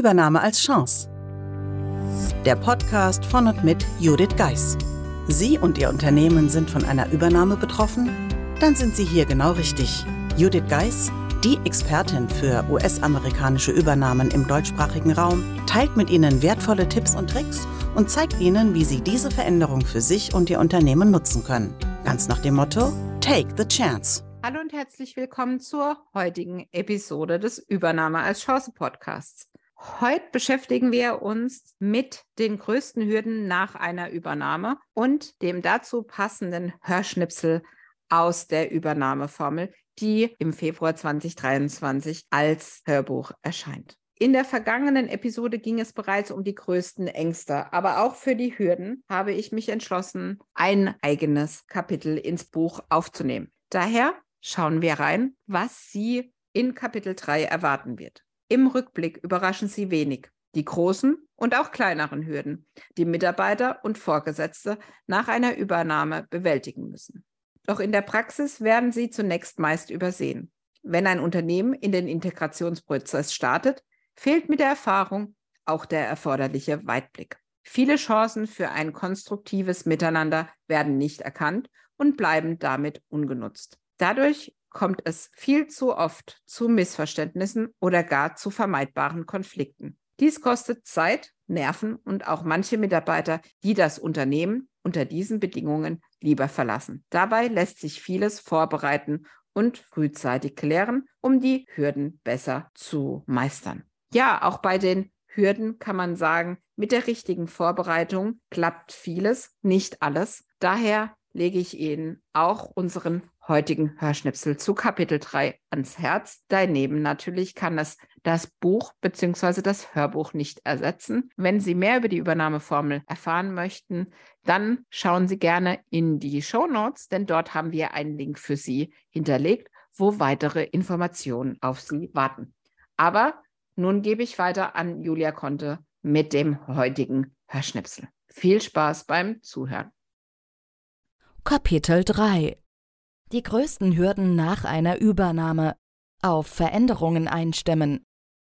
Übernahme als Chance. Der Podcast von und mit Judith Geis. Sie und Ihr Unternehmen sind von einer Übernahme betroffen? Dann sind Sie hier genau richtig. Judith Geis, die Expertin für US-amerikanische Übernahmen im deutschsprachigen Raum, teilt mit Ihnen wertvolle Tipps und Tricks und zeigt Ihnen, wie Sie diese Veränderung für sich und Ihr Unternehmen nutzen können. Ganz nach dem Motto: Take the chance. Hallo und herzlich willkommen zur heutigen Episode des Übernahme als Chance Podcasts. Heute beschäftigen wir uns mit den größten Hürden nach einer Übernahme und dem dazu passenden Hörschnipsel aus der Übernahmeformel, die im Februar 2023 als Hörbuch erscheint. In der vergangenen Episode ging es bereits um die größten Ängste, aber auch für die Hürden habe ich mich entschlossen, ein eigenes Kapitel ins Buch aufzunehmen. Daher schauen wir rein, was Sie in Kapitel 3 erwarten wird. Im Rückblick überraschen Sie wenig. Die großen und auch kleineren Hürden, die Mitarbeiter und Vorgesetzte nach einer Übernahme bewältigen müssen. Doch in der Praxis werden sie zunächst meist übersehen. Wenn ein Unternehmen in den Integrationsprozess startet, fehlt mit der Erfahrung auch der erforderliche Weitblick. Viele Chancen für ein konstruktives Miteinander werden nicht erkannt und bleiben damit ungenutzt. Dadurch kommt es viel zu oft zu Missverständnissen oder gar zu vermeidbaren Konflikten. Dies kostet Zeit, Nerven und auch manche Mitarbeiter, die das Unternehmen unter diesen Bedingungen lieber verlassen. Dabei lässt sich vieles vorbereiten und frühzeitig klären, um die Hürden besser zu meistern. Ja, auch bei den Hürden kann man sagen, mit der richtigen Vorbereitung klappt vieles, nicht alles. Daher lege ich Ihnen auch unseren heutigen Hörschnipsel zu Kapitel 3 ans Herz. Daneben natürlich kann es das Buch bzw. das Hörbuch nicht ersetzen. Wenn Sie mehr über die Übernahmeformel erfahren möchten, dann schauen Sie gerne in die Shownotes, denn dort haben wir einen Link für Sie hinterlegt, wo weitere Informationen auf Sie warten. Aber nun gebe ich weiter an Julia Conte mit dem heutigen Hörschnipsel. Viel Spaß beim Zuhören. Kapitel 3: Die größten Hürden nach einer Übernahme. Auf Veränderungen einstimmen.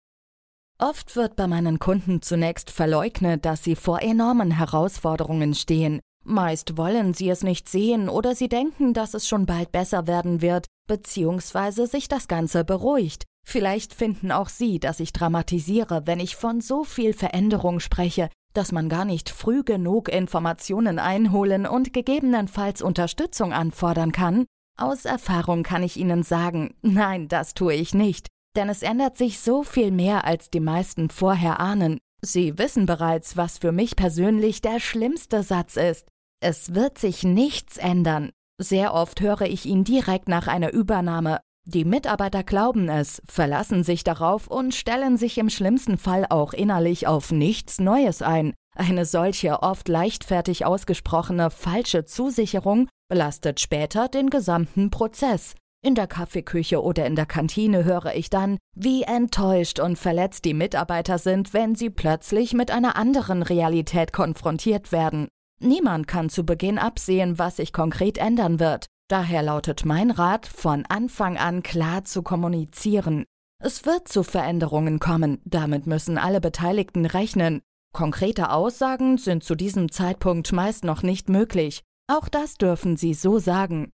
Oft wird bei meinen Kunden zunächst verleugnet, dass sie vor enormen Herausforderungen stehen. Meist wollen sie es nicht sehen oder sie denken, dass es schon bald besser werden wird, beziehungsweise sich das Ganze beruhigt. Vielleicht finden auch Sie, dass ich dramatisiere, wenn ich von so viel Veränderung spreche, dass man gar nicht früh genug Informationen einholen und gegebenenfalls Unterstützung anfordern kann. Aus Erfahrung kann ich Ihnen sagen, nein, das tue ich nicht, denn es ändert sich so viel mehr, als die meisten vorher ahnen. Sie wissen bereits, was für mich persönlich der schlimmste Satz ist. Es wird sich nichts ändern. Sehr oft höre ich ihn direkt nach einer Übernahme. Die Mitarbeiter glauben es, verlassen sich darauf und stellen sich im schlimmsten Fall auch innerlich auf nichts Neues ein. Eine solche, oft leichtfertig ausgesprochene falsche Zusicherung belastet später den gesamten Prozess. In der Kaffeeküche oder in der Kantine höre ich dann, wie enttäuscht und verletzt die Mitarbeiter sind, wenn sie plötzlich mit einer anderen Realität konfrontiert werden. Niemand kann zu Beginn absehen, was sich konkret ändern wird. Daher lautet mein Rat, von Anfang an klar zu kommunizieren. Es wird zu Veränderungen kommen, damit müssen alle Beteiligten rechnen. Konkrete Aussagen sind zu diesem Zeitpunkt meist noch nicht möglich. Auch das dürfen Sie so sagen.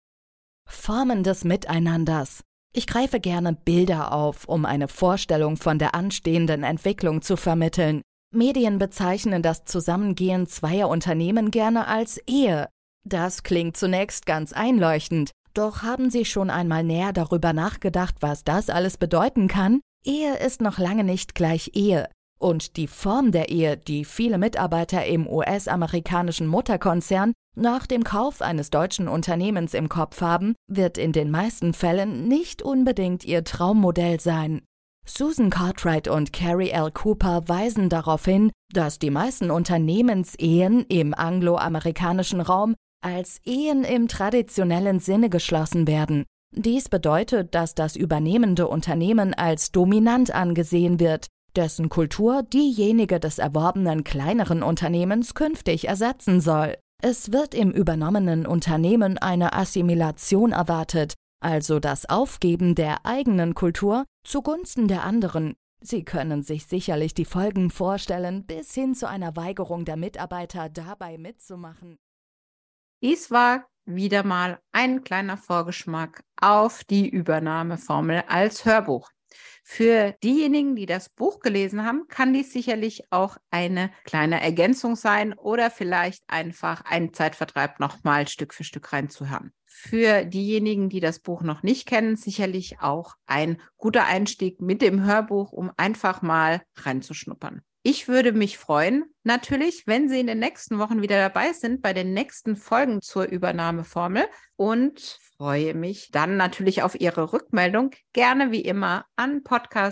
Formen des Miteinanders. Ich greife gerne Bilder auf, um eine Vorstellung von der anstehenden Entwicklung zu vermitteln. Medien bezeichnen das Zusammengehen zweier Unternehmen gerne als Ehe. Das klingt zunächst ganz einleuchtend, doch haben Sie schon einmal näher darüber nachgedacht, was das alles bedeuten kann? Ehe ist noch lange nicht gleich Ehe. Und die Form der Ehe, die viele Mitarbeiter im US-amerikanischen Mutterkonzern nach dem Kauf eines deutschen Unternehmens im Kopf haben, wird in den meisten Fällen nicht unbedingt ihr Traummodell sein. Susan Cartwright und Carrie L. Cooper weisen darauf hin, dass die meisten Unternehmensehen im angloamerikanischen Raum als Ehen im traditionellen Sinne geschlossen werden. Dies bedeutet, dass das übernehmende Unternehmen als dominant angesehen wird, dessen Kultur diejenige des erworbenen kleineren Unternehmens künftig ersetzen soll. Es wird im übernommenen Unternehmen eine Assimilation erwartet, also das Aufgeben der eigenen Kultur zugunsten der anderen. Sie können sich sicherlich die Folgen vorstellen, bis hin zu einer Weigerung der Mitarbeiter, dabei mitzumachen. Dies war wieder mal ein kleiner Vorgeschmack auf die Übernahmeformel als Hörbuch. Für diejenigen, die das Buch gelesen haben, kann dies sicherlich auch eine kleine Ergänzung sein oder vielleicht einfach ein Zeitvertreib, nochmal Stück für Stück reinzuhören. Für diejenigen, die das Buch noch nicht kennen, sicherlich auch ein guter Einstieg mit dem Hörbuch, um einfach mal reinzuschnuppern. Ich würde mich freuen, natürlich, wenn Sie in den nächsten Wochen wieder dabei sind bei den nächsten Folgen zur Übernahmeformel und freue mich dann natürlich auf Ihre Rückmeldung, gerne wie immer an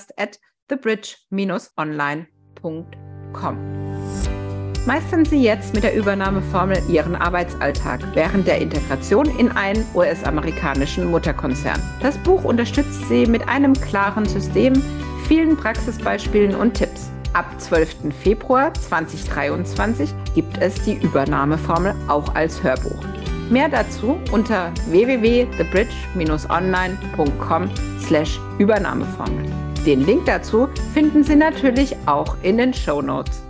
podcast@thebridge-online.com. Meistern Sie jetzt mit der Übernahmeformel Ihren Arbeitsalltag während der Integration in einen US-amerikanischen Mutterkonzern. Das Buch unterstützt Sie mit einem klaren System, vielen Praxisbeispielen und Tipps. Ab 12. Februar 2023 gibt es die Übernahmeformel auch als Hörbuch. Mehr dazu unter www.thebridge-online.com/Übernahmeformel. Den Link dazu finden Sie natürlich auch in den Shownotes.